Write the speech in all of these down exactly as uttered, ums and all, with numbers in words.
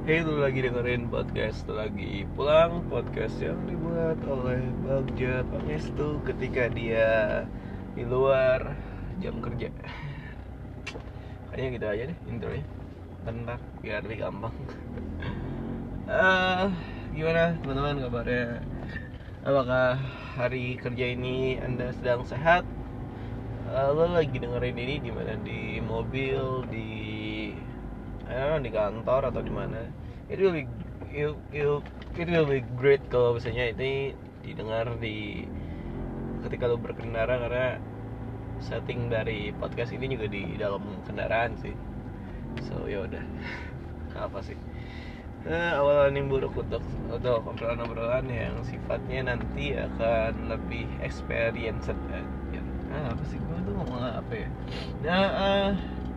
Hey, lu lagi dengerin podcast, lu lagi pulang podcast yang dibuat oleh Bagja Pangestu ketika dia di luar jam kerja. Kayaknya gitu aja deh intronya. Bentar, biar lebih gampang. Eh, Gimana teman-teman kabarnya? Apakah hari kerja ini Anda sedang sehat? Uh, lo lagi dengerin ini di mana, di mobil, di eh, di kantor atau di mana? It will be it, it, it will be great kalau misalnya ini didengar di ketika lo berkendara, karena setting dari podcast ini juga di dalam kendaraan sih. So ya udah, apa sih? Nah, awalan yang buruk untuk untuk obrolan-obrolan yang sifatnya nanti akan lebih experience. Ah, apa sih gue tuh ngomong apa ya? Nah, uh,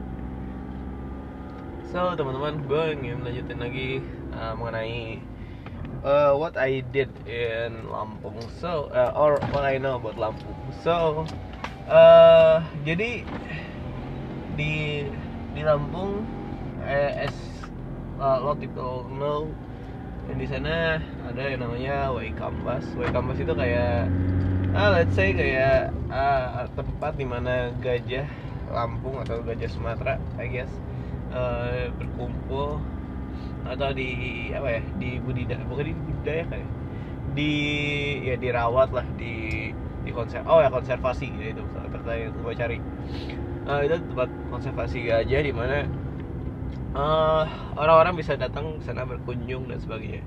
so teman-teman, gue ingin lanjutin lagi uh, mengenai uh, what I did in Lampung. So, uh, or what I know about Lampung. So, uh, jadi di di Lampung, uh, as a lot of people know, dan di sana ada yang namanya Waikambas. Waikambas itu kayak ah let's say kayak ah, tempat dimana gajah Lampung atau gajah Sumatera, I guess, uh, berkumpul atau di apa ya, di budidaya, bukan di budidaya kayak di ya dirawat lah, di di konser oh ya konservasi gitu, itu kata yang gue cari. Uh, itu tempat konservasi gajah di mana uh, orang-orang bisa datang ke sana berkunjung dan sebagainya.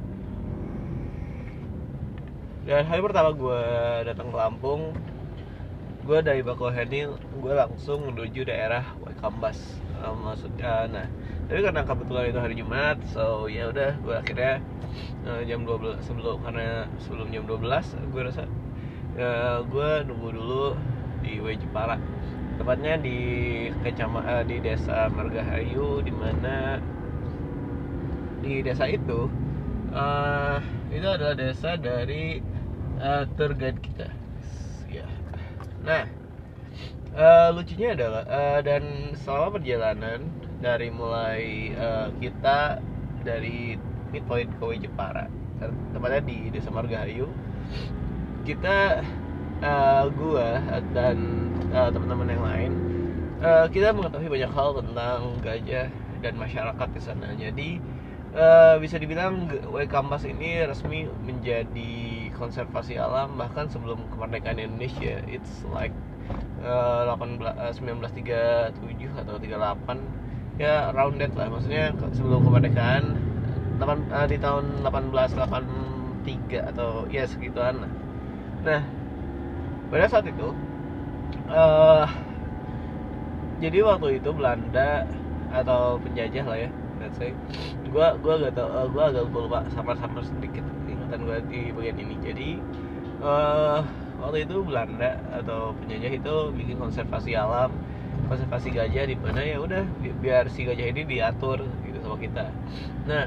Dan hari pertama gue datang ke Lampung, gue dari Bakauheni gue langsung menuju daerah Waikambas, uh, maksudnya. Nah, tapi karena kebetulan itu hari Jumat, so ya udah gue akhirnya uh, jam dua belas sebelum karena sebelum jam dua belas gue rasa uh, gue nunggu dulu di Wejepara, tepatnya di kecamatan uh, di desa Margahayu, di mana di desa itu uh, itu adalah desa dari Uh, tour guide kita, ya. Nah, uh, lucunya adalah uh, dan selama perjalanan dari mulai uh, kita dari midpoint ke Wejepara, tepatnya di Desa Margahayu, kita uh, gua dan uh, teman-teman yang lain, uh, kita mengetahui banyak hal tentang gajah dan masyarakat di sana. Jadi Uh, bisa dibilang Waikambas ini resmi menjadi konservasi alam bahkan sebelum kemerdekaan Indonesia. It's like uh, sembilan belas tiga puluh tujuh atau tiga puluh delapan, ya around that lah, maksudnya sebelum kemerdekaan uh, di tahun delapan belas delapan puluh tiga atau ya segituan lah. Nah, pada saat itu uh, jadi waktu itu Belanda atau penjajah lah ya, let's say, gue gue agak tau, uh, gue agak lupa samar-samar sedikit ingatan gue di bagian ini. Jadi uh, waktu itu Belanda atau penjajah itu bikin konservasi alam, konservasi gajah, di mana ya udah bi- biar si gajah ini diatur gitu sama kita. Nah,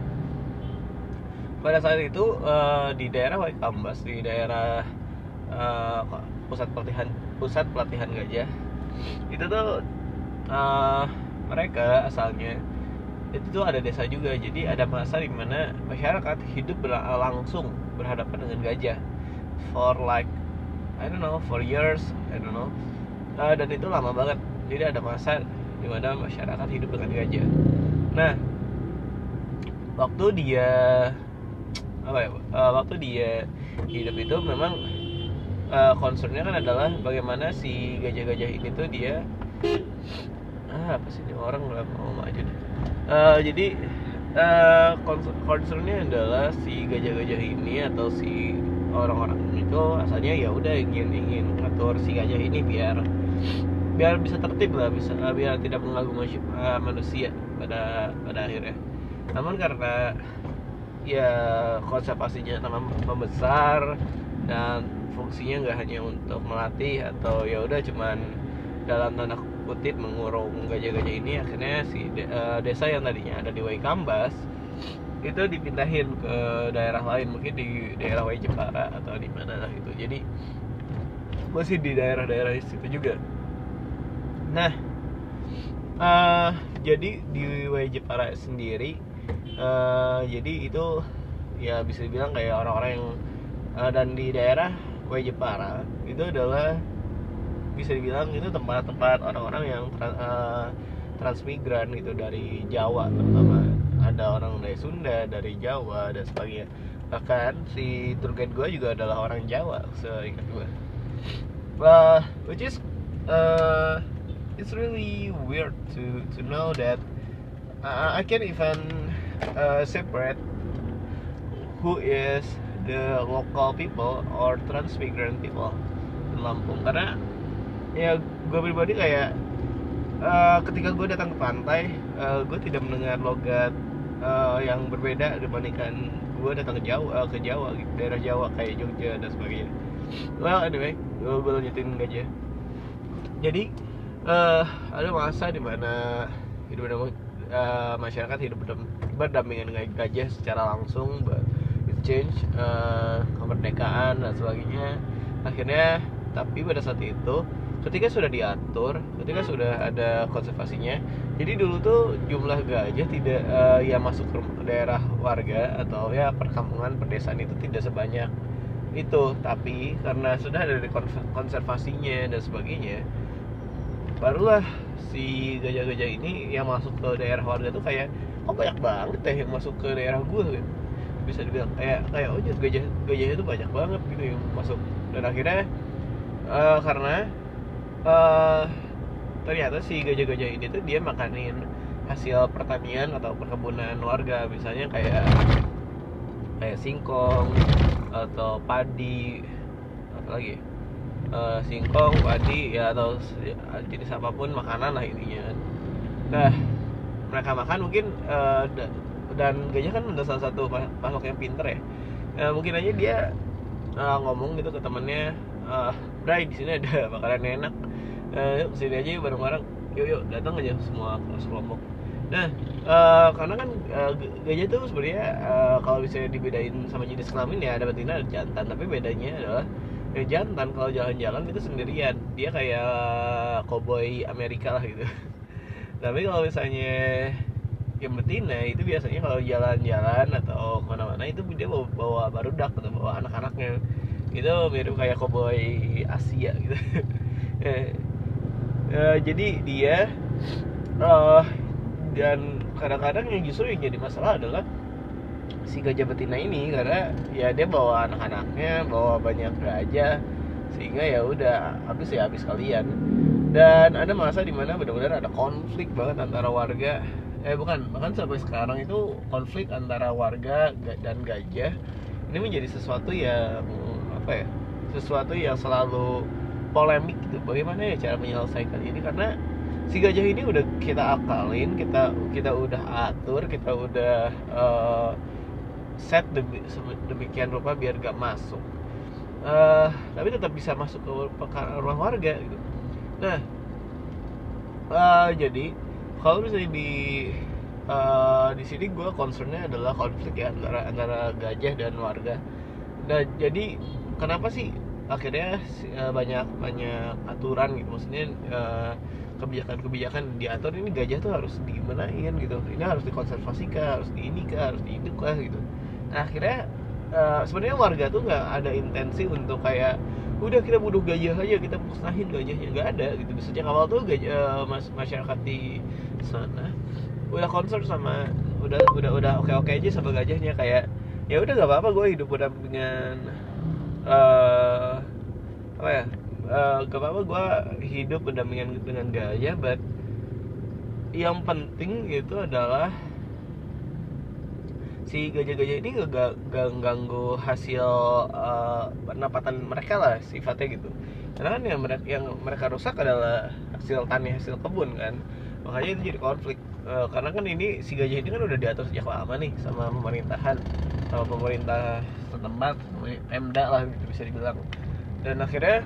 pada saat itu uh, di daerah Waikambas, di daerah uh, pusat pelatihan pusat pelatihan gajah itu tuh uh, mereka asalnya itu tuh ada desa juga. Jadi ada masa di mana masyarakat hidup ber- langsung berhadapan dengan gajah for like I don't know for years, I don't know, uh, dan itu lama banget. Jadi ada masa di mana masyarakat hidup dengan gajah. Nah, waktu dia apa ya uh, waktu dia hidup itu memang uh, concernnya kan adalah bagaimana si gajah-gajah ini tuh dia ah apa sih ini orang nggak mau maju deh. Uh, jadi uh, concernnya adalah si gajah-gajah ini atau si orang-orang itu asalnya ya udah ingin ingin ngatur si gajah ini biar biar bisa tertib lah, bisa uh, biar tidak mengganggu masy- uh, manusia pada pada akhirnya. Namun karena ya konservasinya tambah membesar dan fungsinya nggak hanya untuk melatih atau ya udah cuman dalam tanda kutip mengurung gajah-gajah ini, akhirnya si de, uh, desa yang tadinya ada di Waikambas itu dipindahin ke daerah lain, mungkin di daerah Wejepara atau di mana lah itu. Jadi masih di daerah-daerah situ juga. Nah, uh, jadi di Wejepara sendiri uh, jadi itu ya bisa dibilang kayak orang-orang yang uh, dan di daerah Way Jepara itu adalah bisa dibilang itu tempat-tempat orang-orang yang tra- uh, transmigran gitu dari Jawa, terutama ada orang dari Sunda, dari Jawa dan sebagainya. Bahkan si tour guide gue juga adalah orang Jawa seingat gue. Uh, which is uh, it's really weird to to know that uh, I can even uh, separate who is the local people or transmigrant people di Lampung, karena ya gue pribadi kayak uh, ketika gue datang ke pantai, uh, gue tidak mendengar logat uh, yang berbeda dibandingkan gue datang ke Jawa, ke Jawa, daerah Jawa kayak Jogja dan sebagainya. Well anyway, gue gue lanjutin aja. Jadi uh, ada masa dimana hidup uh, masyarakat hidup berdampingan dengan gajah secara langsung, exchange, uh, kemerdekaan dan sebagainya. Akhirnya, tapi pada saat itu ketika sudah diatur, ketika sudah ada konservasinya, jadi dulu tuh jumlah gajah tidak uh, yang masuk ke daerah warga atau ya perkampungan, perdesaan itu tidak sebanyak itu. Tapi karena sudah ada konservasinya dan sebagainya, barulah si gajah-gajah ini yang masuk ke daerah warga tuh kayak, oh banyak banget deh yang masuk ke daerah gue gitu. Bisa dibilang kayak kayak oh gajah gajahnya tuh banyak banget gitu yang masuk. Dan akhirnya uh, karena Uh, ternyata si gajah-gajah ini tuh dia makanin hasil pertanian atau perkebunan warga, misalnya kayak kayak singkong atau padi, apa lagi uh, singkong, padi ya, atau jenis apapun makanan lah intinya. Nah mereka makan mungkin uh, dan gajah kan udah salah satu makhluk yang pinter ya, uh, mungkin aja dia uh, ngomong gitu ke temennya, uh, Bray di sini ada makanan enak, Uh, yuk kesini aja yuk bareng-bareng, yuk yuk datang aja semua kelompok. Nah uh, karena kan uh, gajah tuh sebenarnya uh, kalau bisa dibedain sama jenis kelamin ya ada betina ada jantan, tapi bedanya adalah ya jantan kalau jalan-jalan itu sendirian, dia kayak koboi Amerika lah gitu. Tapi kalau misalnya yang betina itu biasanya kalau jalan-jalan atau kemana-mana itu dia bawa, bawa barudak atau bawa anak-anaknya, itu mirip kayak koboi Asia gitu. Uh, jadi dia uh, dan kadang-kadang yang justru yang jadi masalah adalah si gajah betina ini, karena ya dia bawa anak-anaknya, bawa banyak gajah, sehingga ya udah habis ya habis kalian. Dan ada masa dimana benar-benar ada konflik banget antara warga, eh bukan bahkan sampai sekarang itu konflik antara warga dan gajah ini menjadi sesuatu yang apa ya, sesuatu yang selalu polemik gitu. Bagaimana ya cara menyelesaikan ini, karena si gajah ini udah kita akalin, kita kita udah atur, kita udah uh, set demikian rupa biar gak masuk, uh, tapi tetap bisa masuk ke rumah warga gitu. Nah uh, jadi kalau misalnya di uh, di sini gue concernnya adalah konflik ya antara antara gajah dan warga. Nah jadi kenapa sih akhirnya banyak banyak aturan gitu, maksudnya uh, kebijakan-kebijakan diatur ini gajah tuh harus digimanain gitu, ini harus dikonservasikan, harus di ini kah, harus dihidup kah gitu. Nah akhirnya uh, sebenarnya warga tuh nggak ada intensi untuk kayak udah kita bunuh gajah aja, kita musnahin gajahnya, nggak ada gitu. Sejak awal tuh gajah, uh, mas, masyarakat di sana udah concern sama udah udah udah oke oke aja sama gajahnya, kayak ya udah nggak apa-apa gue hidup berdampingan Uh, apa ya, uh, gak apa-apa gue hidup berdampingan dengan gajah, but yang penting itu adalah si gajah-gajah ini gak, gak ganggu hasil uh, pendapatan mereka lah sifatnya gitu. Karena kan yang mereka, yang mereka rusak adalah hasil tani, hasil kebun kan, makanya itu jadi konflik. Uh, karena kan ini si gajah ini kan udah diatur sejak lama nih sama pemerintahan, sama pemerintah setempat, Pemda lah gitu bisa dibilang. Dan akhirnya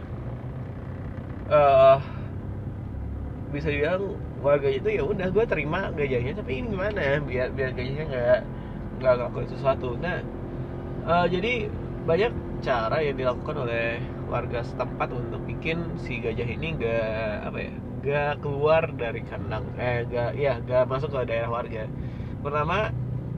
uh, bisa dibilang warga itu ya udah gue terima gajahnya, tapi ini gimana ya biar biar gajahnya nggak nggak ngelakuin sesuatu. Nah uh, jadi banyak cara yang dilakukan oleh warga setempat untuk bikin si gajah ini nggak apa ya, nggak keluar dari kandang, eh nggak ya nggak masuk ke daerah warga. Pertama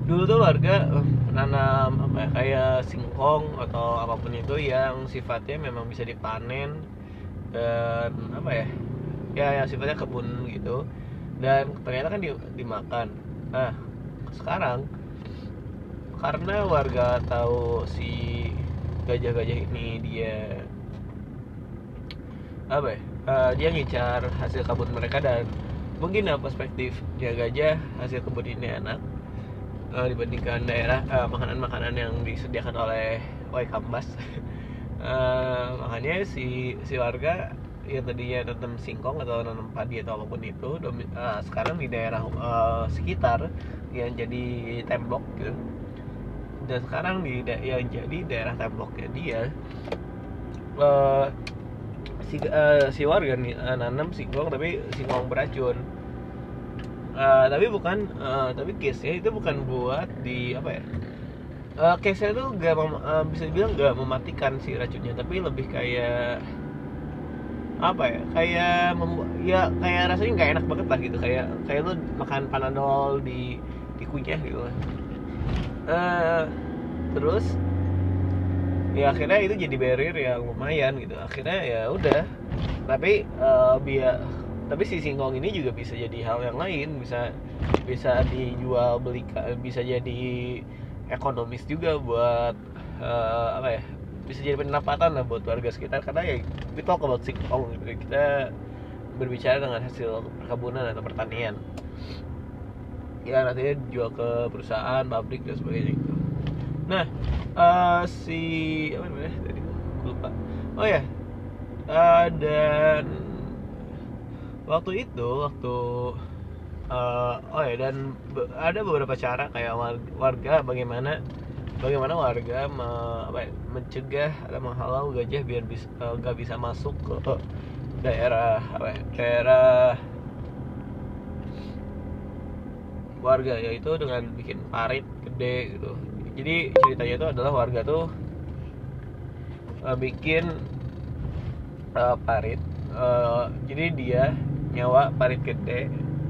dulu tuh warga eh, menanam apa ya, kayak singkong atau apapun itu yang sifatnya memang bisa dipanen dan apa ya ya yang sifatnya kebun gitu, dan ternyata kan di- dimakan. Nah sekarang karena warga tahu si gajah-gajah ini dia apa ya eh, dia ngincar hasil kebun mereka, dan mungkin dari perspektif dia gajah hasil kebun ini enak eh, dibandingkan daerah eh, makanan-makanan yang disediakan oleh Waikambas. Eh, makanya si si warga yang tadinya nanam singkong atau nanam padi atau apapun itu domi- eh, sekarang di daerah eh, sekitar yang jadi tembok gitu, dan sekarang di da- yang jadi daerah temboknya dia eh, si eh, si warga nih eh, nanam singkong, tapi singkong beracun. Eh, tapi bukan eh, tapi case nya itu bukan buat di apa ya uh, case nya tuh gak mem- eh, bisa dibilang gak mematikan si racunnya, tapi lebih kayak apa ya kayak membu- ya kayak rasanya nggak enak banget lah gitu, kayak kayak lu makan panadol di dikunyah gitu lah. Eh, terus ya akhirnya itu jadi barrier yang lumayan gitu, akhirnya ya udah. Tapi eh, biar tapi si singkong ini juga bisa jadi hal yang lain, bisa bisa dijual belikan, bisa jadi ekonomis juga buat eh, apa ya bisa jadi pendapatan lah buat warga sekitar, karena ya we talk about singkong gitu, kita berbicara dengan hasil perkebunan atau pertanian ya, nantinya dijual ke perusahaan, pabrik dan sebagainya gitu. Nah eh, si apa namanya tadi gue lupa. Oh ya eh, dan waktu itu waktu eh, oh ya dan be- ada beberapa cara kayak war- warga bagaimana bagaimana warga me- apa ya, mencegah atau menghalau gajah biar bisa nggak bisa masuk ke daerah apa ya, daerah warga, yaitu dengan bikin parit gede gitu. Jadi ceritanya itu adalah warga tuh eh, bikin eh, parit. Eh, jadi dia nyawa parit gede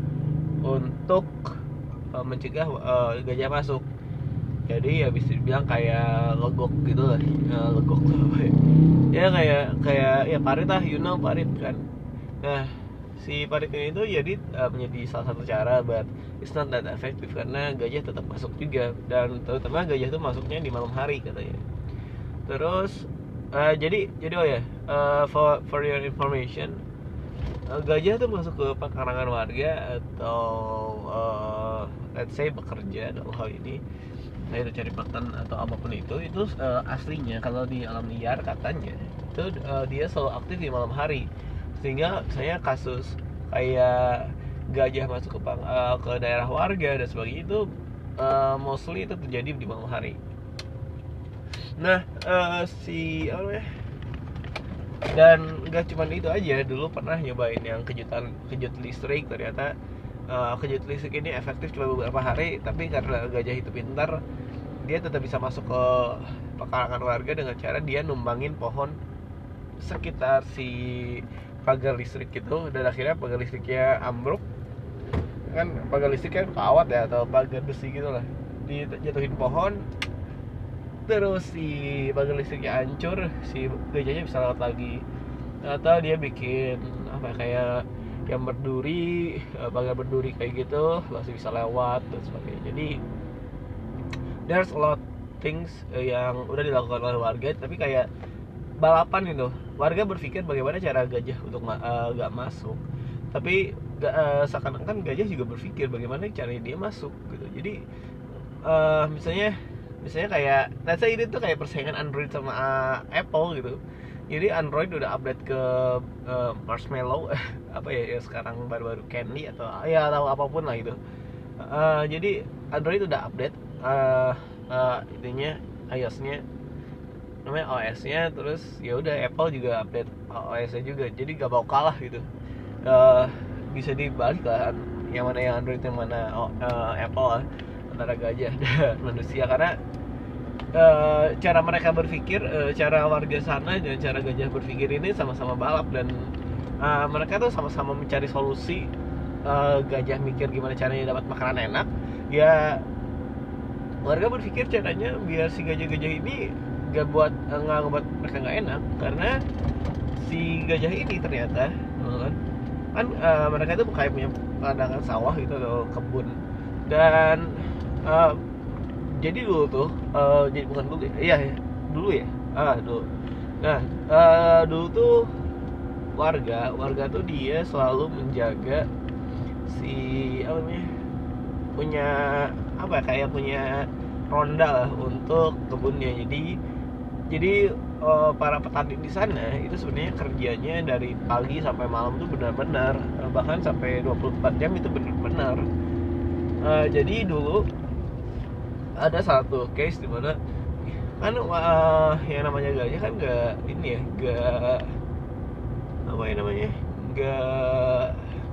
untuk eh, mencegah eh, gajah masuk. Jadi ya bisa dibilang kayak legok gitu lah. Eh, legok tuh apa ya? Ya kayak kayak ya parit lah, you know parit kan. Nah si parit ini tuh jadi uh, menjadi salah satu cara, but it's not that effective karena gajah tetap masuk juga, dan terutama gajah tuh masuknya di malam hari katanya. Terus uh, jadi jadi oh ya uh, for for your information, uh, gajah tuh masuk ke pekarangan warga atau uh, let's say bekerja dalam hal ini, nah itu cari makan atau apapun itu itu uh, aslinya kalau di alam liar katanya itu uh, dia selalu aktif di malam hari, sehingga saya kasus kayak gajah masuk ke pang- uh, ke daerah warga dan sebagainya itu uh, mostly itu terjadi di malam hari. Nah uh, si apa namanya dan nggak cuma itu aja, dulu pernah nyobain yang kejutan kejut listrik, ternyata uh, kejut listrik ini efektif cuma beberapa hari, tapi karena gajah itu pintar dia tetap bisa masuk ke pekarangan warga dengan cara dia numbangin pohon sekitar si pagar listrik itu, dan akhirnya pagar listriknya ambruk. Kan pagar listriknya kawat ya atau pagar besi gitu lah, dijatuhin pohon, terus si pagar listriknya hancur, si gajahnya bisa lewat lagi. Atau dia bikin apa kayak yang berduri, pagar berduri kayak gitu masih bisa lewat dan sebagainya. Jadi there's a lot things yang udah dilakukan oleh warga, tapi kayak balapan gitu. Warga berpikir bagaimana cara gajah untuk uh, gak masuk, tapi uh, seakan-akan gajah juga berpikir bagaimana caranya dia masuk gitu. Jadi uh, misalnya misalnya kayak let's say ini tuh kayak persaingan Android sama uh, Apple gitu. Jadi Android udah update ke uh, Marshmallow apa ya, ya sekarang baru-baru Candy atau ya atau apapun lah gitu. Uh, jadi Android udah update uh, uh, ininya iOS-nya, namanya O S-nya, terus ya udah Apple juga update O S-nya juga, jadi gak mau kalah gitu. Uh, bisa dibalik lah yang mana yang Android yang mana uh, Apple lah, antara gajah dan manusia, karena uh, cara mereka berpikir, uh, cara warga sana dan cara gajah berpikir ini sama-sama balap, dan uh, mereka tuh sama-sama mencari solusi. Uh, gajah mikir gimana caranya dapat makanan enak, ya warga berpikir caranya biar si gajah-gajah ini gak buat nggak ngebuat mereka nggak enak, karena si gajah ini ternyata kan kan uh, mereka itu kayak punya ladang sawah gitu atau kebun, dan uh, jadi dulu tuh uh, jadi bukan dulu ya, iya ya, dulu ya ah dulu nah uh, dulu tuh warga warga tuh dia selalu menjaga si apa namanya punya apa kayak punya ronda lah untuk kebunnya. Jadi jadi uh, para petani di sana itu sebenarnya kerjanya dari pagi sampai malam tuh benar-benar uh, bahkan sampai dua puluh empat jam itu benar-benar. Uh, jadi dulu ada satu case di mana kan uh, yang namanya gajah kan nggak ini ya nggak apa ya namanya nggak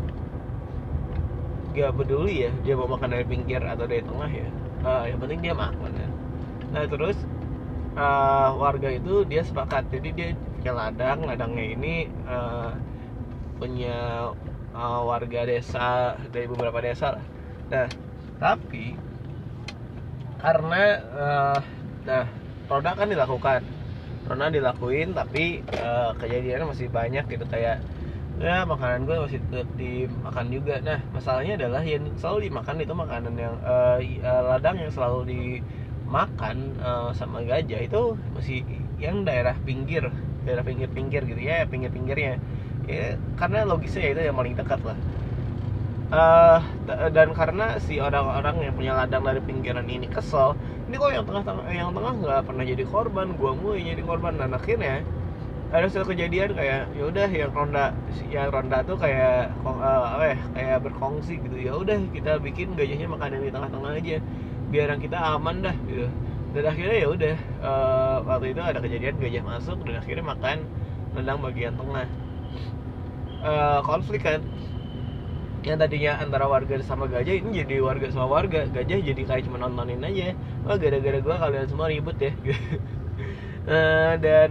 nggak peduli ya dia mau makan dari pinggir atau dari tengah ya, uh, yang penting dia makan ya. Nah terus uh, warga itu dia sepakat, jadi dia punya ladang, ladangnya ini uh, punya uh, warga desa dari beberapa desa lah. Nah tapi karena uh, nah produk kan dilakukan pernah dilakuin tapi uh, kejadiannya masih banyak gitu, kayak ya makanan gue masih tetap dimakan juga. Nah masalahnya adalah yang selalu dimakan itu makanan yang uh, ladang yang selalu dimakan uh, sama gajah itu masih yang daerah pinggir daerah pinggir-pinggir gitu ya, pinggir-pinggirnya ya, karena logisnya itu yang paling dekat lah. Uh, dan karena si orang-orang yang punya ladang dari pinggiran ini kesel, ini kok yang tengah-tengah yang tengah nggak pernah jadi korban, gua mulu yang jadi korban. Dan akhirnya ada suatu kejadian kayak ya udah yang ronda yang ronda tuh kayak uh, apa ya kayak berkongsi gitu, ya udah kita bikin gajahnya makan yang di tengah-tengah aja biar yang kita aman dah gitu. Dan akhirnya ya udah uh, waktu itu ada kejadian gajah masuk dan akhirnya makan ladang bagian tengah. Uh, konflik kan yang tadinya antara warga sama gajah ini jadi warga sama warga, gajah jadi kayak cuma nontonin aja, wah gara-gara gua kalian semua ribut ya. uh, dan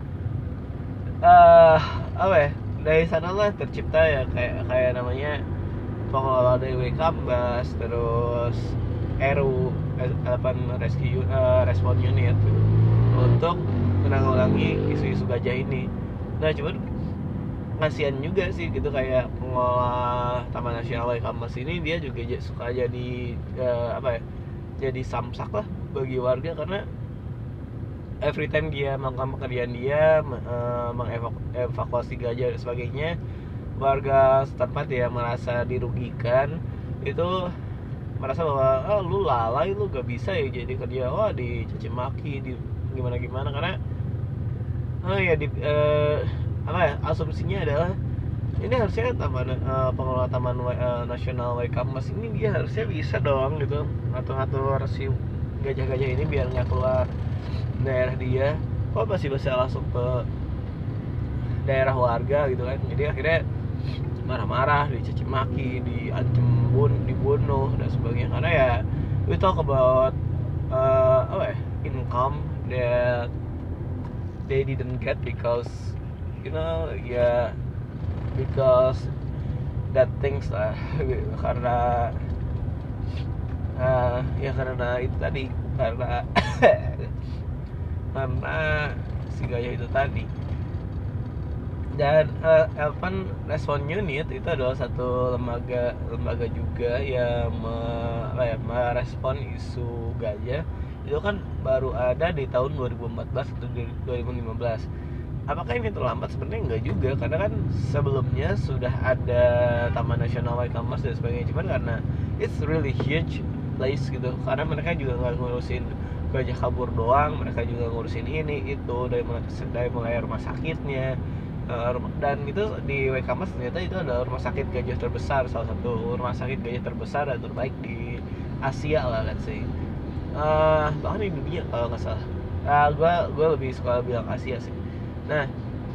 uh, apa ya dari sanalah tercipta ya kayak kayak namanya pengelola dari Waikambas, terus R U delapan Rescue uh, Response Unit untuk menanggulangi isu-isu gajah ini. Nah cuman kasihan juga sih gitu, kayak pengelola Taman Nasional Waikambas ini dia juga suka jadi uh, apa ya jadi samsak lah bagi warga, karena every time dia melakukan pekerjaan dia uh, mengevakuasi gajah dan sebagainya, warga setempat ya merasa dirugikan, itu merasa bahwa oh, lu lalai, lu gak bisa ya jadi kerja, wah oh, dicaci maki, di gimana gimana, karena oh ya di uh, apa ya asumsinya adalah ini harusnya taman uh, pengelola taman uh, nasional Waikambas ini dia harusnya bisa dong gitu ngatur-ngatur si gajah-gajah ini biar nggak keluar daerah dia, kok masih bisa langsung ke daerah warga gitu kan. Jadi akhirnya marah-marah, dicaci maki, diancam bun, dibunuh dan sebagainya, karena ya we talk about uh, apa ya income that they didn't get because you know ya yeah, because that things lah gitu. Karena uh, ya karena itu tadi karena karena si gajah itu tadi. Dan uh, Elvan Response Unit itu adalah satu lembaga lembaga juga yang me, apa ya, merespon isu gajah. Itu kan baru ada di tahun dua ribu empat belas atau dua ribu lima belas. Apakah ini terlambat? Sebenarnya enggak juga, karena kan sebelumnya sudah ada Taman Nasional Waikambas dan sebagainya. Cuman karena it's really huge place gitu, karena mereka juga nggak ngurusin gajah kabur doang, mereka juga ngurusin ini itu dari mulai, dari mulai rumah sakitnya, dan itu di Waikambas ternyata itu adalah rumah sakit gajah terbesar, salah satu rumah sakit gajah terbesar dan terbaik di Asia lah, let's say. Uh, bahkan di dunia kalau nggak salah. Uh, gue gue lebih suka bilang Asia sih. Nah,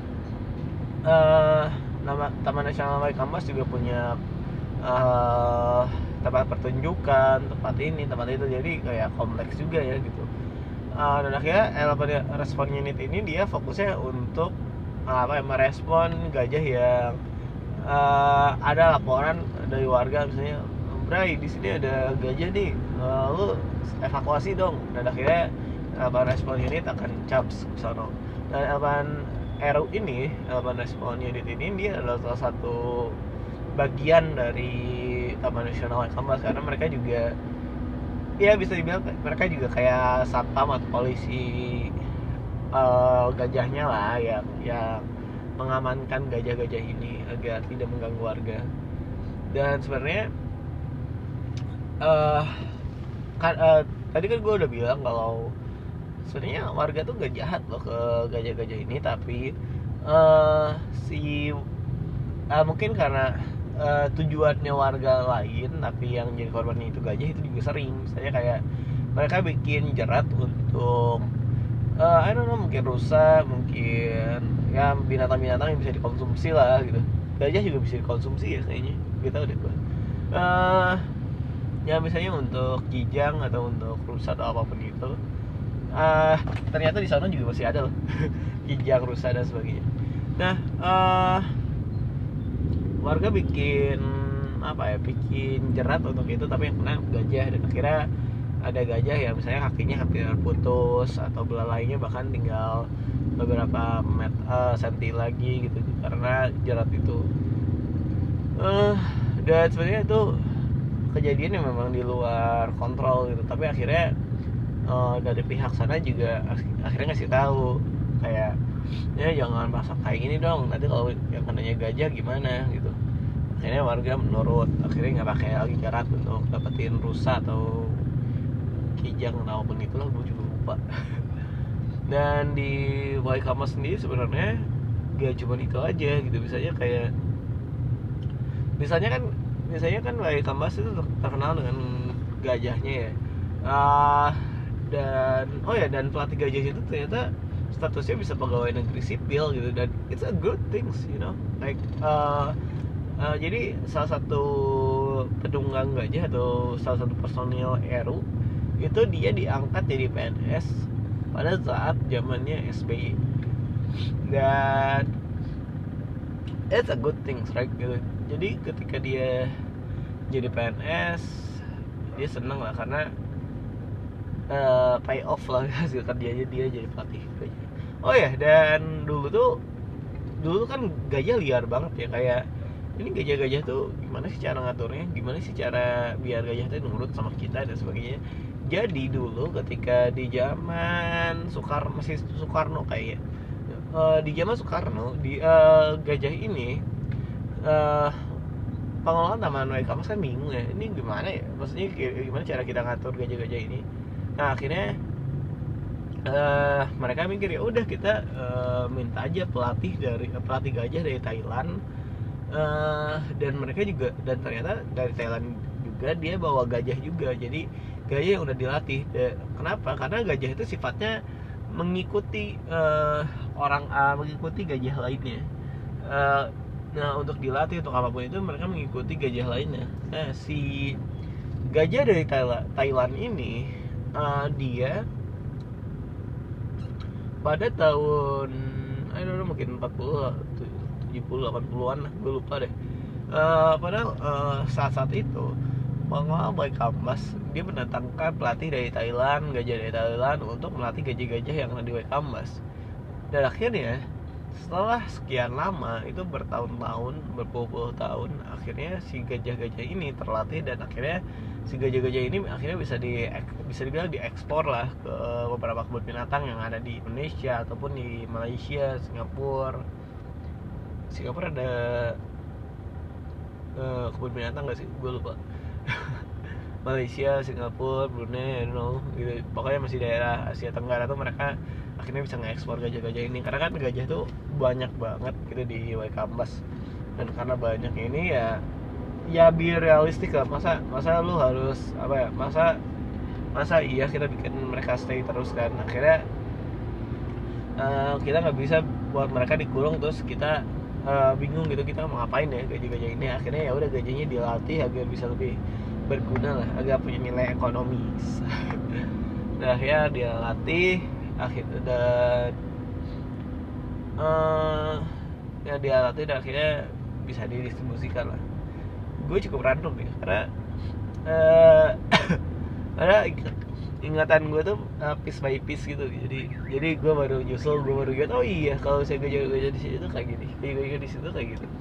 uh, nama Taman Nasional Waikambas juga punya uh, tempat pertunjukan, tempat ini, tempat itu, jadi kayak kompleks juga ya gitu. Uh, dan akhirnya Elvan Response Unit ini dia fokusnya untuk uh, apa ya, merespon gajah yang uh, ada laporan dari warga, misalnya Bray di sini ada gajah nih, uh, lu evakuasi dong. Dan akhirnya elemen respon unit akan caps ke sana. Dan elemen R U ini, elemen respon unit ini dia adalah salah satu bagian dari Taman Nasional Waikambas, karena mereka juga ya bisa dibilang mereka juga kayak satpam atau polisi uh, gajahnya lah, yang yang mengamankan gajah-gajah ini agar tidak mengganggu warga. Dan sebenarnya uh, kan, uh, tadi kan gue udah bilang kalau sebenarnya warga tuh gak jahat loh ke gajah-gajah ini, tapi uh, si uh, mungkin karena uh, tujuannya warga lain, tapi yang jadi korbannya itu gajah, itu juga sering. Misalnya kayak mereka bikin jerat untuk uh, I don't know, mungkin rusa, mungkin ya binatang-binatang yang bisa dikonsumsi lah gitu. Gajah juga bisa dikonsumsi ya kayaknya, gitu deh gue. Uh, ya misalnya untuk kijang atau untuk rusa atau apapun itu. Uh, ternyata di sana juga masih ada loh kijang, rusa dan sebagainya. Nah, uh, warga bikin apa ya, bikin jerat untuk itu, tapi yang kena gajah. Dan akhirnya ada gajah yang misalnya kakinya hampir putus atau belalainya bahkan tinggal beberapa met, uh, senti lagi gitu karena jerat itu. Uh, dan sebenarnya itu kejadian yang memang di luar kontrol gitu, tapi akhirnya uh, dari pihak sana juga akhirnya ngasih tahu kayak ya jangan pasang kayak gini dong, nanti kalau yang kenanya gajah gimana gitu. Akhirnya warga menurut, akhirnya nggak pakai lagi jerat untuk dapetin rusa atau kijang atau apapun itulah, gue juga lupa. Dan di Waikambas sendiri sebenarnya gak cuma itu aja gitu, misalnya kayak misalnya kan misalnya kan Waikambas itu terkenal dengan gajahnya ya, uh, dan oh ya dan pelatih gajah itu ternyata statusnya bisa pegawai negeri sipil gitu, dan it's a good things, you know, like uh, uh, jadi salah satu penunggang gajah atau salah satu personil R U itu dia diangkat jadi P N S pada saat zamannya S B Y, dan it's a good things, right gitu. Jadi ketika dia jadi P N S dia seneng lah karena uh, pay off lah hasil kerjanya dia jadi pelatih gajah. Oh ya, dan dulu tuh dulu kan gajah liar banget ya, kayak ini gajah-gajah tuh gimana sih cara ngaturnya, gimana sih cara biar gajah tuh nurut sama kita dan sebagainya. Jadi dulu ketika di zaman Soekarno, masih Soekarno kayaknya, uh, di zaman Soekarno di uh, gajah ini uh, pengelolaan Taman Waikambas kan bingung ya, ini gimana ya, maksudnya gimana cara kita ngatur gajah-gajah ini. Nah akhirnya uh, mereka mikir ya udah kita uh, minta aja pelatih dari uh, pelatih gajah dari Thailand, uh, dan mereka juga, dan ternyata dari Thailand juga dia bawa gajah juga, jadi gajah yang udah dilatih. Kenapa? Karena gajah itu sifatnya mengikuti uh, orang uh, mengikuti gajah lainnya. Uh, nah untuk dilatih untuk apapun itu mereka mengikuti gajah lainnya. Nah si gajah dari Thailand, Thailand ini uh, dia pada tahun I don't know, mungkin empat puluh, tujuh puluh, delapan puluhan lah, gue lupa deh. Uh, padahal uh, saat-saat itu pengelola Waikambas dia mendatangkan pelatih dari Thailand, gajah dari Thailand untuk melatih gajah-gajah yang ada di Waikambas. Dan akhirnya setelah sekian lama, itu bertahun-tahun, berpuluh-puluh tahun, akhirnya si gajah-gajah ini terlatih, dan akhirnya si gajah-gajah ini akhirnya bisa di bisa dibilang diekspor lah ke beberapa kebun binatang yang ada di Indonesia ataupun di Malaysia, Singapura. Singapura ada uh, kebun binatang nggak sih? Gue lupa. Malaysia, Singapura, Brunei, I don't know gitu. Pokoknya masih daerah Asia Tenggara tuh mereka akhirnya bisa ngekspor gajah-gajah ini, karena kan gajah tuh banyak banget gitu di Waikambas. Dan karena banyak ini ya ya biar realistik lah, masa masa lu harus apa ya, masa masa iya kita bikin mereka stay terus kan. Akhirnya uh, kita nggak bisa buat mereka dikurung terus kita uh, bingung gitu kita mau ngapain ya gajah-gajah ini. Akhirnya ya udah gajahnya dilatih agar bisa lebih berguna lah, agar punya nilai ekonomis. Nah ya dia latih akhir dan uh, ya dia latih dan akhirnya bisa didistribusikan lah. Gue cukup random ya, karena uh, ada ingatan gue tuh uh, piece by piece gitu. Jadi jadi gue baru nyusul, gue baru ingat, oh iya kalau saya gajah-gajah di sini tuh kayak gini, gajah-gajah di situ kayak gitu.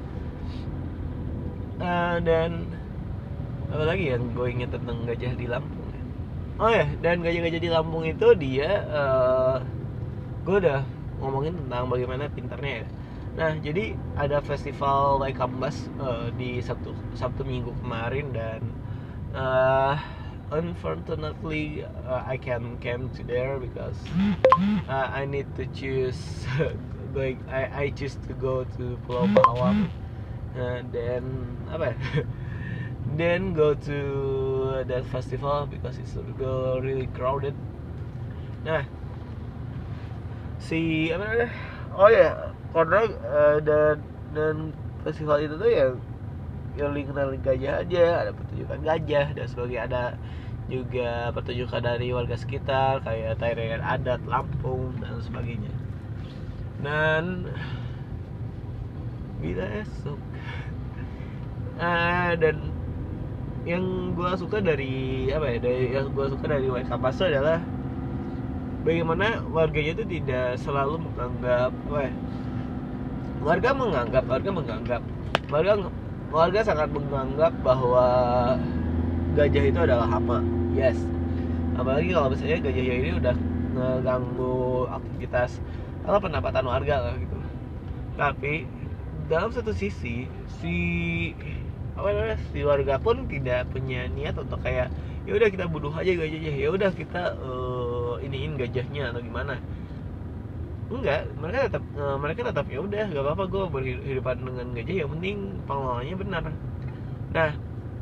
Uh, dan apa lagi yang gue ingat tentang gajah di Lampung? Oh ya, dan gajah-gajah di Lampung itu dia, uh, gue udah ngomongin tentang bagaimana pintarnya ya. Nah, jadi ada festival Waikambas uh, di Sabtu Sabtu Minggu kemarin dan uh, unfortunately uh, I can came to there because uh, I need to choose going I I choose to go to Pulau Pawang uh, then apa ya? Then go to that festival because it's really crowded. Nah, si apa namanya? Oh ya, karena uh, dan dan festival itu tuh ya yang kenalin gajah aja, ada pertunjukan gajah dan sebagainya, ada juga pertunjukan dari warga sekitar kayak tarian adat Lampung dan sebagainya. Dan bila esok uh, dan yang gue suka dari apa ya dari yang gue suka dari Waikambas adalah bagaimana warganya itu tidak selalu menganggap apa ya, warga menganggap warga menganggap warga warga sangat menganggap bahwa gajah itu adalah hama. Yes, apalagi kalau misalnya gajahnya ini udah ngeganggu aktivitas atau pendapatan warga lah gitu. Tapi dalam satu sisi si apa namanya si warga pun tidak punya niat untuk kayak ya udah kita bunuh aja gajahnya, ya udah kita uh, iniin gajahnya atau gimana. Enggak, mereka tetap uh, mereka tetap ya udah nggak apa-apa gue berhidupan dengan gajah, yang penting pengelolanya benar. Nah,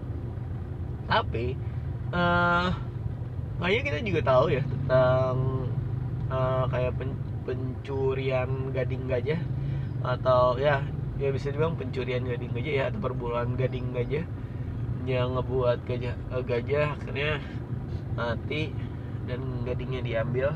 tapi uh, kayaknya kita juga tahu ya tentang uh, kayak pen- pencurian gading gajah atau ya ya bisa dibilang pencurian gading gajah ya, atau perburuan gading gajah yang ngebuat gajah uh, gajah akhirnya mati dan gadingnya diambil.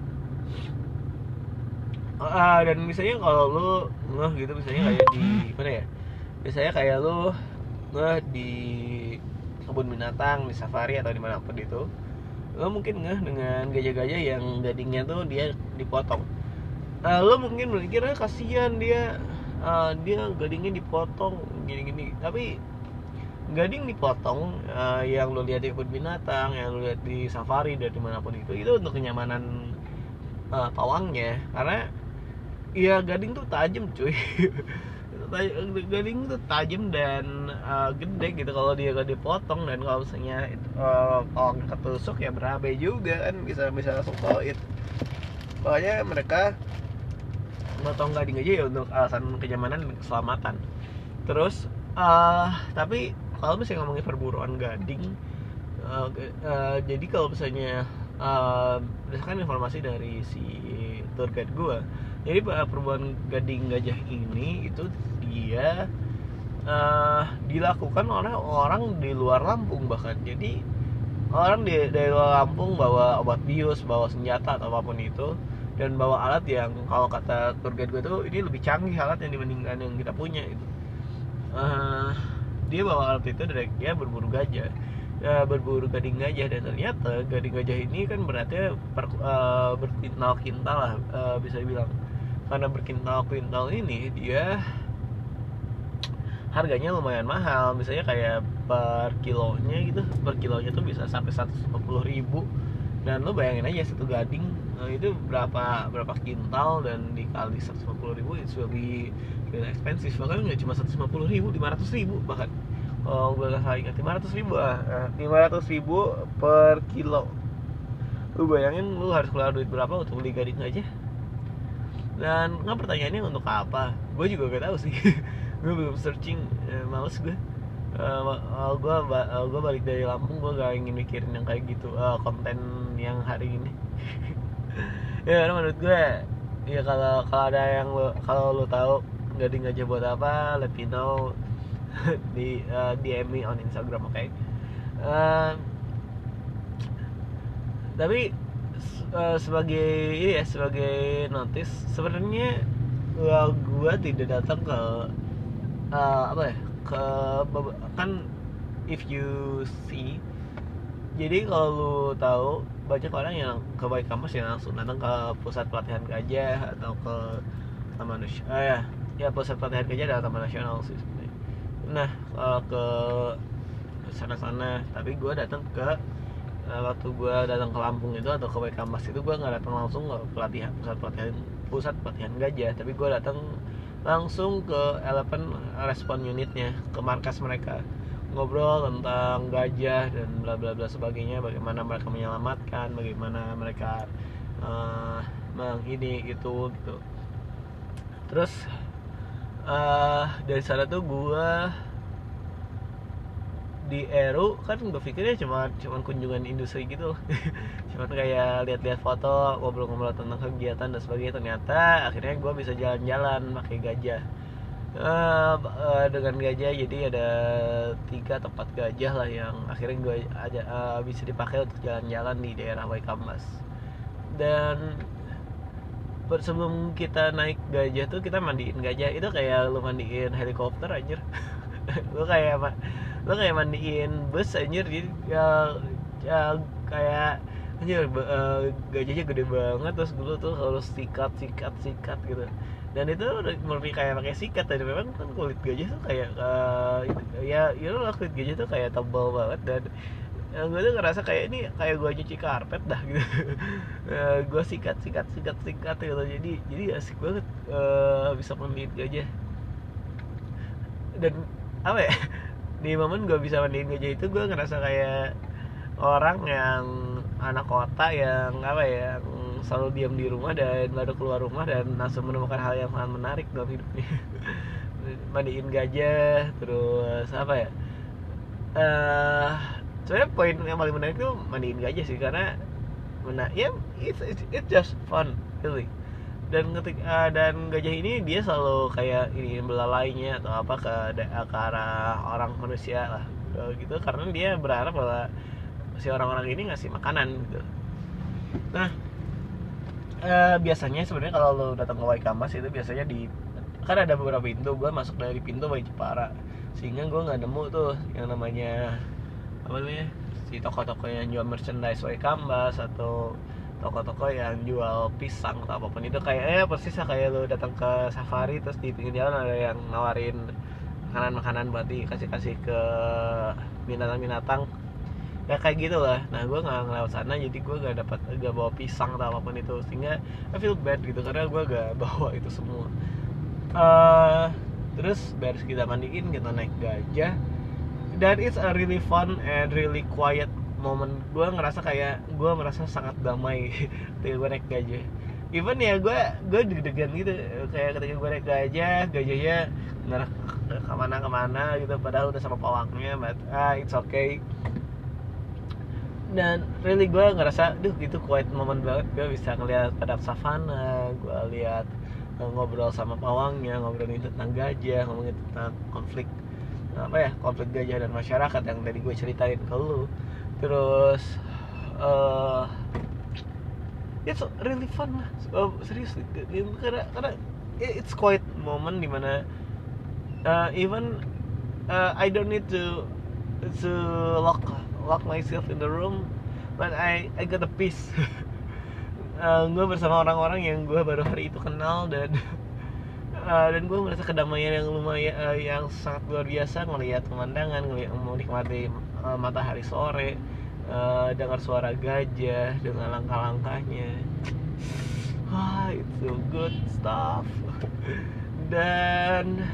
Uh, dan misalnya kalau lu ngeh gitu, misalnya kayak di mana ya, misalnya kayak lu ngeh di kebun binatang, di safari atau dimanapun itu, lu mungkin ngeh dengan gajah-gajah yang gadingnya tuh dia dipotong. Uh, lu mungkin berpikirnya kasihan dia, uh, dia gadingnya dipotong gini-gini, tapi gading dipotong uh, yang lu lihat di kebun binatang, yang lu lihat di safari dan dimanapun itu, itu untuk kenyamanan uh, pawangnya, karena ya gading tuh tajam cuy. Gading tuh tajam dan uh, gede gitu kalau dia gak dipotong, dan kalau misalnya uh, pawang ketusuk ya berabe juga kan, bisa bisa langsung koit. Pokoknya mereka motong gading aja ya untuk alasan kenyamanan dan keselamatan. Terus uh, tapi kalau misalnya ngomongin perburuan gading, uh, uh, jadi kalau misalnya uh, berdasarkan informasi dari si tour guide gue, jadi perburuan gading gajah ini itu dia uh, dilakukan oleh orang di luar Lampung bahkan. Jadi orang di, dari luar Lampung bawa obat bius, bawa senjata atau apapun itu, dan bawa alat yang kalau kata tour guide gue tuh ini lebih canggih alat yang dibandingkan yang kita punya itu. Uh, dia bawa alat itu dari dia berburu gajah, ya, berburu gading gajah, dan ternyata gading gajah ini kan berarti per, uh, berkintal-kintal lah, uh, bisa dibilang. Karena berkintal-kintal ini dia harganya lumayan mahal, misalnya kayak per kilonya gitu, per kilonya tuh bisa sampai seratus lima puluh ribu. Dan lo bayangin aja satu gading uh, itu berapa berapa kintal, dan dikali seratus lima puluh ribu itu lebih really expensive. Bahkan nggak cuma seratus lima puluh ribu, lima ratus ribu bahkan. Oh, gue gak salah ingat, lima ratus ribu ah, lima ratus ribu per kilo. Lu bayangin lu harus keluar duit berapa untuk beli gading aja. Dan nggak, pertanyaannya untuk apa? Gue juga gak tahu sih. Gue belum searching, eh, males gue. Uh, gue uh, gue balik dari Lampung, gue gak ingin mikirin yang kayak gitu, uh, konten yang hari ini. Ya karena menurut gue, ya kalau kalau ada yang lo kalau lo tahu gading aja buat apa, let me know di uh, D M me on Instagram, oke? Okay? Uh, tapi uh, sebagai ini ya, sebagai notice, sebenarnya uh, gue tidak datang ke uh, apa ya, ke kan if you see Jadi kalau lu tahu banyak orang yang ke White Campus yang langsung datang ke pusat pelatihan gajah atau ke Taman Nasional. Ah, ya, ya pusat pelatihan gajah adalah Taman Nasional sih sebenarnya. Nah, uh, ke sana-sana, tapi gue datang ke uh, waktu gue datang ke Lampung itu atau ke White Campus itu gue nggak datang langsung ke pelatihan pusat pelatihan pusat pelatihan gajah, tapi gue datang langsung ke Elephant Response Unitnya, ke markas mereka, ngobrol tentang gajah dan bla bla bla sebagainya, bagaimana mereka menyelamatkan, bagaimana mereka uh, mengini itu gitu. Terus uh, dari sana tuh gue di Eru kan gue pikirnya cuma cuma kunjungan industri gitu loh. Cuman kayak lihat-lihat foto, ngobrol-ngobrol tentang kegiatan dan sebagainya. Ternyata akhirnya gue bisa jalan-jalan pakai gajah. Uh, uh, dengan gajah jadi ada tiga tempat gajah lah yang akhirnya gue aja uh, bisa dipakai untuk jalan-jalan di daerah Waikambas. Dan sebelum kita naik gajah tuh kita mandiin gajah. Itu kayak lu mandiin helikopter anjir. lu kayak lu kayak mandiin bus anjir. Jadi ya, ya kayak anjir uh, gajahnya gede banget, terus dulu tuh harus sikat sikat sikat gitu. Dan itu murni kayak pakai sikat, dan memang kan kulit gajah tuh kayak uh, ya ya lu kulit gajah tuh kayak tebal banget, dan uh, gue tuh ngerasa kayak ini kayak gue nyuci karpet dah gitu. uh, gue sikat sikat sikat sikat gitu. Jadi jadi asik banget uh, bisa mandiin gajah. Dan apa ya, di momen gue bisa mandiin gajah itu gue ngerasa kayak orang yang anak kota yang apa ya, yang selalu diam di rumah dan baru keluar rumah dan langsung menemukan hal yang sangat menarik dalam hidupnya. Mandiin gajah, terus apa ya, uh, sebenarnya poin yang paling menarik itu mandiin gajah sih, karena mana ya it's, it's, it's just fun really. Dan ketika uh, dan gajah ini dia selalu kayak ini belalainya atau apa ke, ke arah orang manusia lah gitu, karena dia berharap bahwa si orang-orang ini ngasih makanan gitu. Nah uh, biasanya sebenarnya kalau lo datang ke Waikambas itu biasanya di kan ada beberapa pintu. Gue masuk dari pintu Wai Jepara, sehingga gue nggak nemu tuh yang namanya apa namanya si toko-toko yang jual merchandise Waikambas atau toko-toko yang jual pisang atau apapun itu. Kayak eh persis kayak lo datang ke safari terus di pinggir jalan ada yang nawarin makanan-makanan buat dikasih-kasih ke binatang-binatang ya kayak gitu lah. Nah gue nggak ngelewat sana, jadi gue gak dapat gak bawa pisang atau apapun itu, sehingga I feel bad gitu karena gue gak bawa itu semua. Uh, terus beres kita mandiin, kita naik gajah, dan it's a really fun and really quiet moment. Gue ngerasa kayak gue merasa sangat damai ketika gue naik gajah. Even ya gue gue deg-degan gitu kayak ketika gue naik gajah, gajahnya ngarah kemana-kemana gitu, padahal udah sama pawangnya, but ah it's okay. Dan really gue ngerasa, duh itu quiet moment banget. Gue bisa ngeliat padang savana, gue lihat ngobrol sama pawangnya, ngobrolin tentang gajah, ngomongin tentang konflik apa ya, konflik gajah dan masyarakat yang tadi gue ceritain ke lu. Terus uh, it's really fun lah, uh, serius karena karena it's quiet moment dimana uh, even uh, I don't need to to lock lock myself in the room, but I I got a peace. uh, gue bersama orang-orang yang gue baru hari itu kenal, dan uh, dan gue merasa kedamaian yang lumayan uh, yang sangat luar biasa, ngelihat pemandangan, ngelihat menikmati uh, matahari sore, uh, dengar suara gajah dengan langkah-langkahnya. Wah, itu good stuff. Dan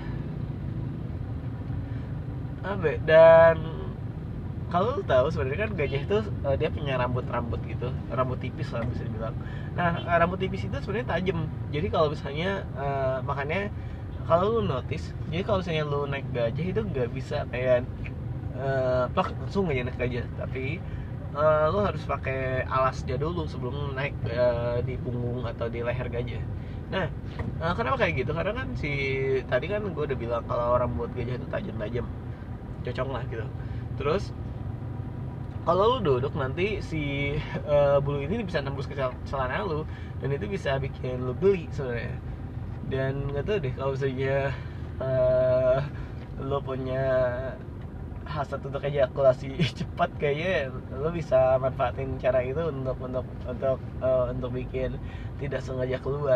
apa dan kalau lu tahu sebenarnya kan gajah itu uh, dia punya rambut-rambut gitu, rambut tipis lah bisa dibilang. Nah rambut tipis itu sebenarnya tajam. Jadi kalau misalnya uh, makanya kalau lu notice, jadi kalau misalnya lu naik gajah itu nggak bisa kayak uh, plak langsung aja naik gajah, tapi uh, lu harus pakai alasnya dulu sebelum lu naik uh, di punggung atau di leher gajah. Nah uh, kenapa kayak gitu? Karena kan si tadi kan gue udah bilang kalau rambut gajah itu tajam-tajam, cocok lah gitu. Terus kalau lu duduk nanti si uh, bulu ini bisa nembus ke celana lu, dan itu bisa bikin lu geli sebenarnya. Dan nggak tahu deh kalau misalnya uh, lu punya hasrat untuk ejakulasi cepat, kayaknya lo bisa manfaatin cara itu untuk untuk untuk uh, untuk bikin tidak sengaja keluar.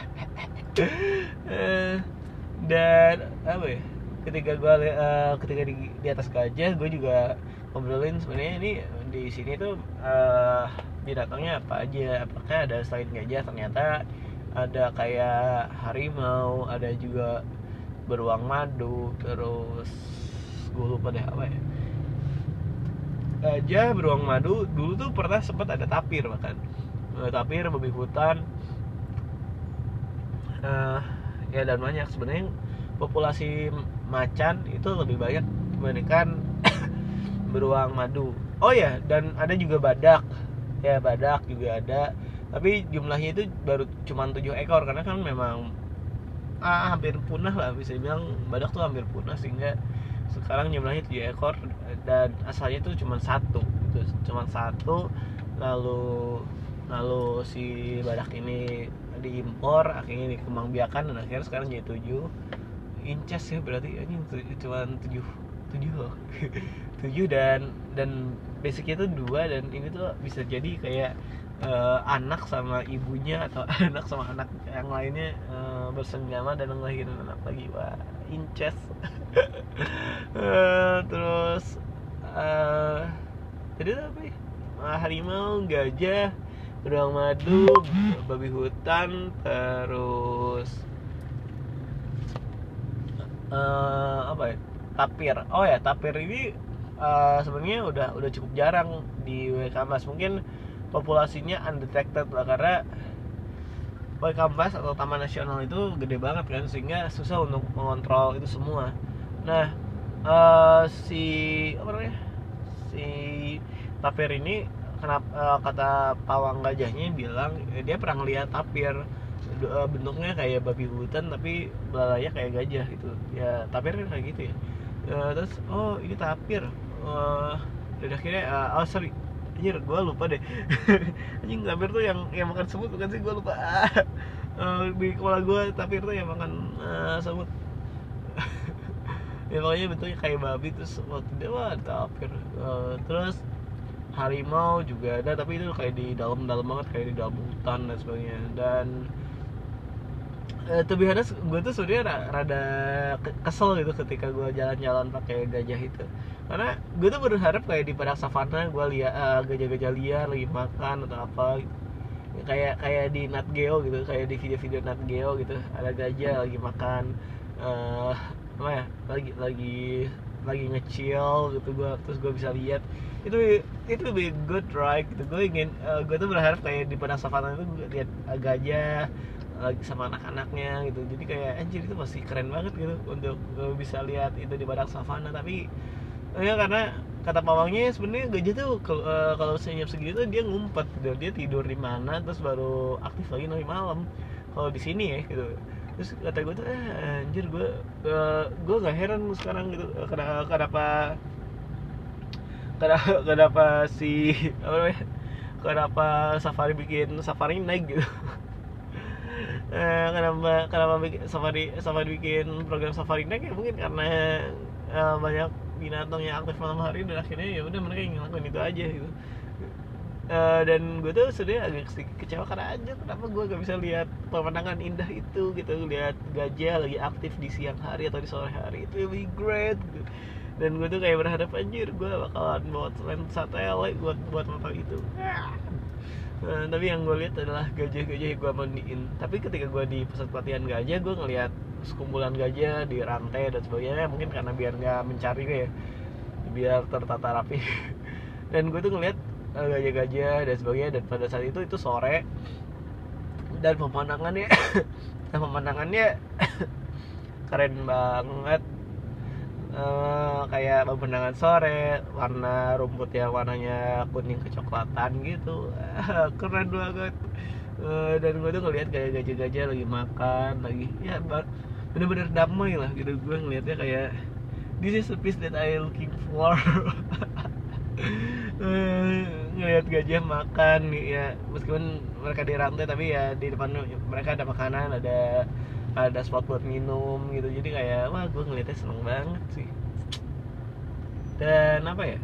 uh, dan apa ya, ketika gue uh, ketika di, di atas gajah, gue juga ngobrolin sebenarnya ini di sini tuh uh, binatangnya apa aja, apakah ada selain gajah. Ternyata ada kayak harimau, ada juga beruang madu, terus gue lupa deh apa ya, gajah, beruang madu. Dulu tuh pernah sempat ada tapir, bahkan tapir, babi hutan, uh, ya dan banyak. Sebenarnya populasi macan itu lebih banyak dibandingkan beruang madu. Oh ya, dan ada juga badak, ya badak juga ada, tapi jumlahnya itu baru cuma tujuh ekor, karena kan memang ah, hampir punah lah, bisa bilang badak tuh hampir punah, sehingga sekarang jumlahnya tujuh ekor, dan asalnya tuh cuma satu gitu, cuma satu. Lalu lalu si badak ini diimpor, akhirnya dikembangbiakan, dan akhirnya sekarang jadi tujuh. Incest ya berarti, ini cuma tujuh tujuh loh. tujuh dan dan basicnya itu dua, dan ini tuh bisa jadi kayak uh, anak sama ibunya, atau anak sama anak yang lainnya uh, bersenggama dan ngelahirin anak lagi. Wah, incest. uh, terus uh, jadi apa ya, harimau, gajah, beruang madu, babi hutan, terus uh, apa ya, tapir. Oh ya, tapir ini uh, sebenarnya udah udah cukup jarang di Waikambas. Mungkin populasinya undetected lah, karena Waikambas atau Taman Nasional itu gede banget kan, sehingga susah untuk mengontrol itu semua. Nah, uh, si apa namanya, si tapir ini, kenapa uh, kata pawang gajahnya bilang eh, dia pernah ngeliat tapir, uh, bentuknya kayak babi hutan tapi belalainya kayak gajah gitu. Ya tapir kan kayak gitu ya. Uh, terus oh ini tapir. Uh, dan akhirnya uh, oh sorry, anjir gue lupa deh. Anjing, tapir tuh yang yang makan semut bukan sih, gue lupa. uh, di kepala gue tapir tuh yang makan uh, semut. Ya pokoknya bentuknya kayak babi, terus waktu dia wah tapir. Uh, terus harimau juga ada, tapi itu kayak di dalam-dalam banget, kayak di dalam hutan dan sebagainya. Dan uh, to be honest, gue tuh sebenarnya rada kesel gitu ketika gue jalan-jalan pakai gajah itu, karena gue tuh berharap kayak di padang savana gue lihat uh, gajah-gajah liar lagi makan atau apa gitu. kayak kayak di Nat Geo gitu, kayak di video-video Nat Geo gitu, ada gajah lagi makan uh, apa ya, lagi lagi lagi nge-chill gitu. Gue terus gue bisa lihat itu itu lebih good right gitu. Gue ingin uh, gue tuh berharap kayak di padang savana itu gue lihat uh, gajah lagi sama anak-anaknya gitu. Jadi kayak anjir, itu masih keren banget gitu untuk gue bisa lihat itu di padang savana. Tapi ya karena kata pawangnya sebenarnya gajah tuh kalau uh, kalau senyap segitu dia ngumpet gitu, dia tidur di mana terus baru aktif lagi nanti malam kalau di sini ya gitu. Terus kata gue tuh eh, anjir gue uh, gue nggak heran sekarang gitu kenapa kenapa kenapa, kenapa si apa namanya, kenapa safari bikin safari naik gitu. eh, kenapa kenapa bikin safari safari bikin program safari naik ya, mungkin karena uh, banyak binatang yang aktif malam hari, dan akhirnya ya udah mereka yang ngelakuin itu aja gitu. Uh, dan gue tuh sebenarnya agak sedikit kecewa karena aja kenapa gue gak bisa lihat pemandangan indah itu gitu, lihat gajah lagi aktif di siang hari atau di sore hari, itu lebih great gitu. Dan gue tuh kayak berharap anjir gue bakalan bawa lens satelit buat buat foto itu. Uh, tapi yang gue lihat adalah gajah-gajah yang gue mandiin. Tapi ketika gue di pusat pelatihan gajah, gue ngelihat sekumpulan gajah di rantai dan sebagainya, mungkin karena biar nggak mencari gue ya, biar tertata rapi. Dan gue tuh ngelihat uh, gajah-gajah dan sebagainya, dan pada saat itu itu sore, dan pemandangannya dan pemandangannya keren banget. Uh, kayak pemandangan sore, warna rumput yang warnanya kuning kecoklatan gitu. Keren banget. Uh, dan gue tuh ngelihat kayak gajah-gajah lagi makan lagi, ya bener-bener damai lah gitu. Gue ngelihatnya kayak this is the piece that I looking for. uh, ngelihat gajah makan ya, meskipun mereka di rantai, tapi ya di depan mereka ada makanan, ada ada spot buat minum gitu. Jadi kayak wah, gue ngeliatnya seneng banget sih. Dan apa ya,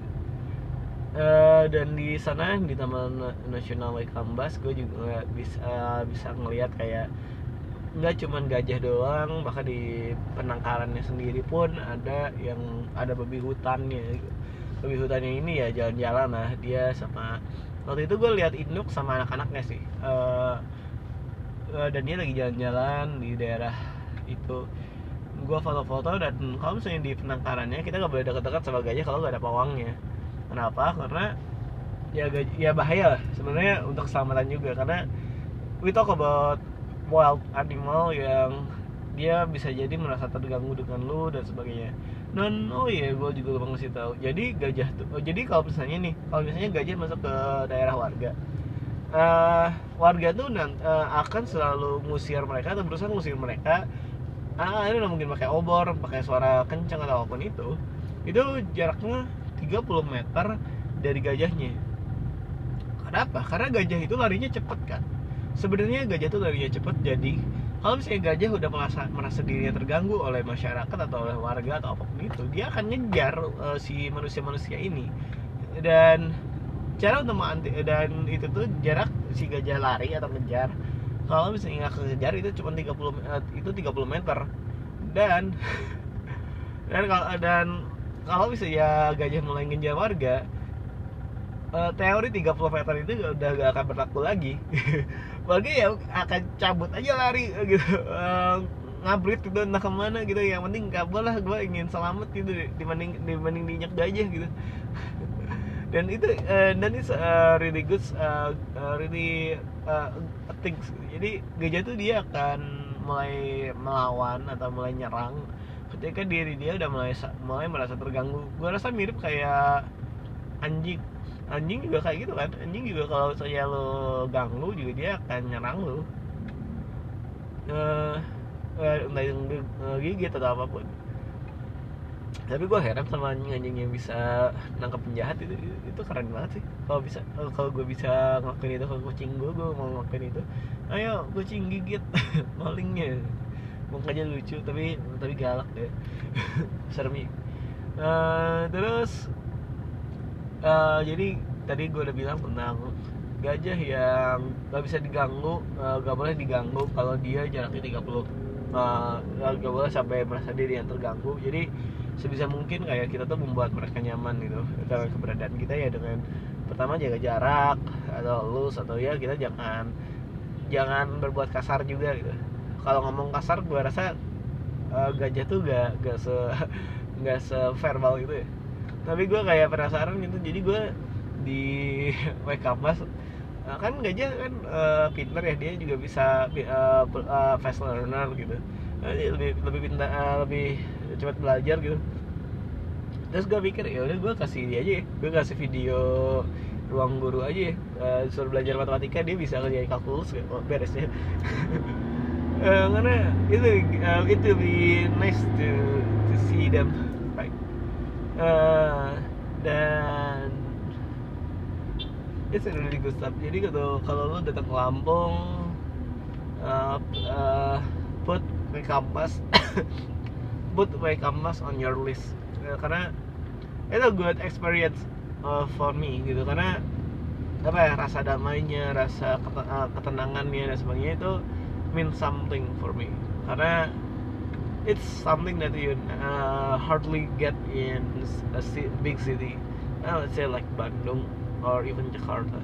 Uh, dan di sana di Taman Nasional Waikambas gue juga bisa bisa ngelihat kayak nggak cuman gajah doang, bahkan di penangkarannya sendiri pun ada yang ada babi hutannya. Babi hutannya ini ya jalan-jalan lah dia sama, waktu itu gue lihat induk sama anak-anaknya sih, uh, uh, dan dia lagi jalan-jalan di daerah itu. Gue foto-foto, dan kalau misalnya di penangkarannya kita nggak boleh dekat-dekat sama gajah kalau nggak ada pawangnya. Kenapa? Karena ya gaj- ya bahaya lah sebenarnya untuk keselamatan juga, karena we talk about wild animal yang dia bisa jadi merasa terganggu dengan lu dan sebagainya. Dan oh iya, gue juga lupa ngasih tahu. Jadi gajah tuh, oh, jadi kalau misalnya nih, kalau misalnya gajah masuk ke daerah warga, uh, warga tuh nanti, uh, akan selalu ngusir mereka atau berusaha ngusir mereka. Ah, ini mungkin pakai obor, pakai suara kencang atau apapun itu. Itu jaraknya tiga puluh meter dari gajahnya. Kenapa? Karena gajah itu larinya cepet kan. Sebenarnya gajah itu larinya cepet, jadi kalau misalnya gajah udah merasa merasa dirinya terganggu oleh masyarakat atau oleh warga atau apapun itu, dia akan ngejar uh, si manusia-manusia ini. Dan cara untuk menganti, dan itu tuh jarak si gajah lari atau ngejar, kalau misalnya nggak kejar itu cuma tiga puluh uh, itu tiga puluh meter. Dan dan kalau dan kalau misalnya gajah mulai ngejar warga, uh, teori tiga puluh meter itu udah gak akan berlaku lagi. Warga ya akan cabut aja lari gitu, uh, ngabrit gitu entah kemana gitu. Yang penting kabel lah, gue ingin selamat gitu dibanding dibanding diinjak gajah gitu. Dan itu uh, dan itu uh, really good, uh, uh, really uh, things. Jadi gajah tuh dia akan mulai melawan atau mulai nyerang ketika diri dia udah mulai mulai merasa terganggu. Gue rasa mirip kayak anjing. Anjing juga kayak gitu kan. Anjing juga kalau saya lo ganggu juga dia akan nyerang lo. Uh, entah itu gigit atau apapun. Tapi gue heran sama anjing-anjing yang bisa nangkep penjahat. itu itu keren banget sih. Kalau bisa, kalau gue bisa ngelakuin itu ke kucing gue, gue mau ngelakuin itu. Ayo kucing gigit malingnya. Mukanya lucu tapi tapi galak deh. Serem. Uh, terus uh, jadi tadi gue udah bilang tentang gajah yang gak bisa diganggu, uh, gak boleh diganggu kalau dia jaraknya tiga puluh, uh, gak boleh sampai merasa diri yang terganggu. Jadi sebisa mungkin kayak kita tuh membuat mereka nyaman gitu dengan keberadaan kita, ya dengan pertama jaga jarak atau lus, atau ya kita jangan jangan berbuat kasar juga gitu. Kalau ngomong kasar gue rasa uh, gajah tuh gak gak se gak se verbal gitu ya. Tapi gue kayak penasaran gitu, jadi gue di Waikambas, uh, kan gajah kan uh, pintar ya, dia juga bisa uh, uh, fast learner gitu. Uh, lebih lebih pintar, uh, lebih cepat belajar gitu. Terus gue pikir ya udah gue kasih dia aja ya, gue kasih video ruang guru aja ya, uh, suruh belajar matematika, dia bisa ngerjain kalkulus kayak oh, beres ya. Uh, karena itu uh, itu be nice to to see them right. Uh, dan it's a really good stuff. Jadi kalau kalau lo datang ke Lampung, uh, uh, put Waikambas put Waikambas on your list, uh, karena itu good experience uh, for me gitu. Karena apa ya, rasa damainya, rasa ketenangannya dan sebagainya itu mean something for me, karena it's something that you uh, hardly get in a big city, uh, let's say like Bandung or even Jakarta.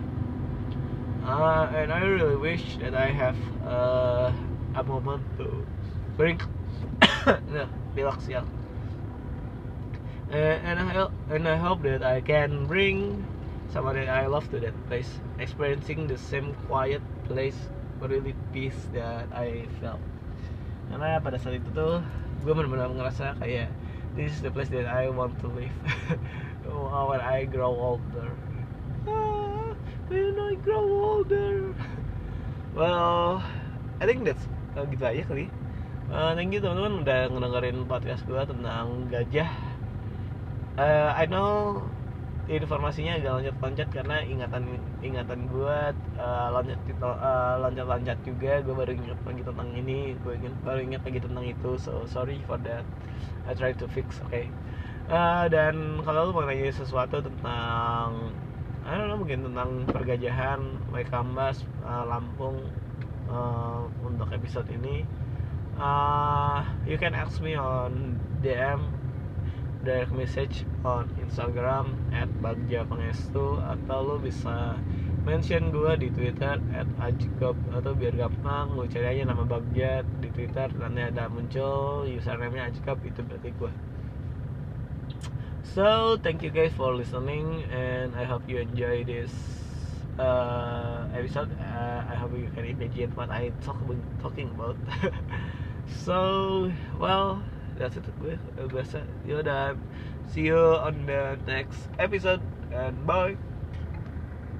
Uh, and I really wish that I have uh, a moment to bring no, relax ya. Uh, and I and I hope that I can bring somebody I love to that place, experiencing the same quiet place, really peace that I felt. Karena pada saat itu tuh gue benar-benar ngerasa kayak this is the place that I want to live when I grow older. Ah, when I grow older. Well, I think that's uh, gitu aja kali. Uh, thank you teman-teman udah ngedengerin podcast gue tentang gajah. Uh, I know informasinya agak loncat-loncat karena ingatan ingatan gue uh, loncat uh, loncat-loncat juga. Gue baru ingat lagi tentang ini, gue ingat baru ingat lagi tentang itu, so sorry for that. I try to fix, okay. Uh, dan kalau lu mau nanya sesuatu tentang I don't know, mungkin tentang pergajahan Waikambas, uh, Lampung, uh, untuk episode ini, uh, you can ask me on D M, direct message on Instagram at bagja pangestu, atau lo bisa mention gue di Twitter at ajkop, atau biar gampang lo cari aja nama Bagja di Twitter, nanti ada muncul username-nya ajkop, itu berarti gue. So thank you guys for listening, and I hope you enjoy this uh, episode. uh, I hope you can imagine what I talk talking about. So well, that's it gue biasa. Yaudah, see you on the next episode and bye.